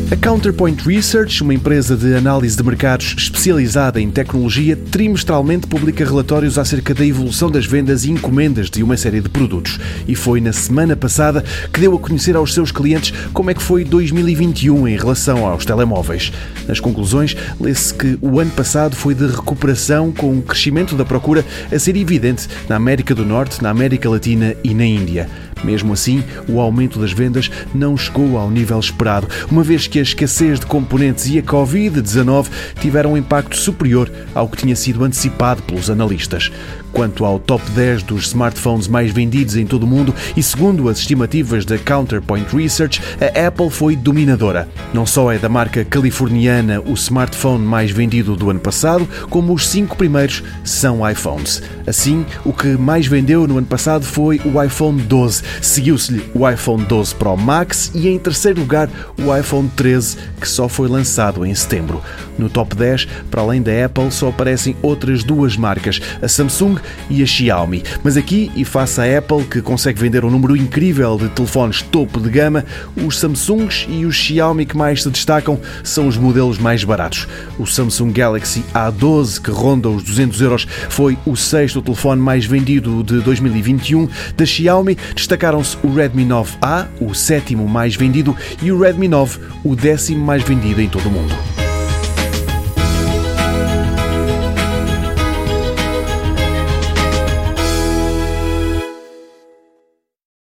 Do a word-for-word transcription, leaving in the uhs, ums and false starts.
A Counterpoint Research, uma empresa de análise de mercados especializada em tecnologia, trimestralmente publica relatórios acerca da evolução das vendas e encomendas de uma série de produtos. E foi na semana passada que deu a conhecer aos seus clientes como é que foi dois mil e vinte e um em relação aos telemóveis. Nas conclusões, lê-se que o ano passado foi de recuperação, com um crescimento da procura a ser evidente na América do Norte, na América Latina e na Índia. Mesmo assim, o aumento das vendas não chegou ao nível esperado, uma vez que a escassez de componentes e a covid dezanove tiveram um impacto superior ao que tinha sido antecipado pelos analistas. Quanto ao top dez dos smartphones mais vendidos em todo o mundo, e segundo as estimativas da Counterpoint Research, a Apple foi dominadora. Não só é da marca californiana o smartphone mais vendido do ano passado, como os cinco primeiros são iPhones. Assim, o que mais vendeu no ano passado foi o iPhone doze. Seguiu-se-lhe o iPhone doze Pro Max e, em terceiro lugar, o iPhone treze, que só foi lançado em setembro. No top dez, para além da Apple, só aparecem outras duas marcas, a Samsung e a Xiaomi. Mas aqui, e face à Apple, que consegue vender um número incrível de telefones topo de gama, os Samsungs e os Xiaomi que mais se destacam são os modelos mais baratos. O Samsung Galaxy A doze, que ronda os duzentos euros, foi o sexto telefone mais vendido de dois mil e vinte e um. Da Xiaomi destacaram-se o Redmi nove A, o sétimo mais vendido, e o Redmi nove, o décimo mais vendido em todo o mundo.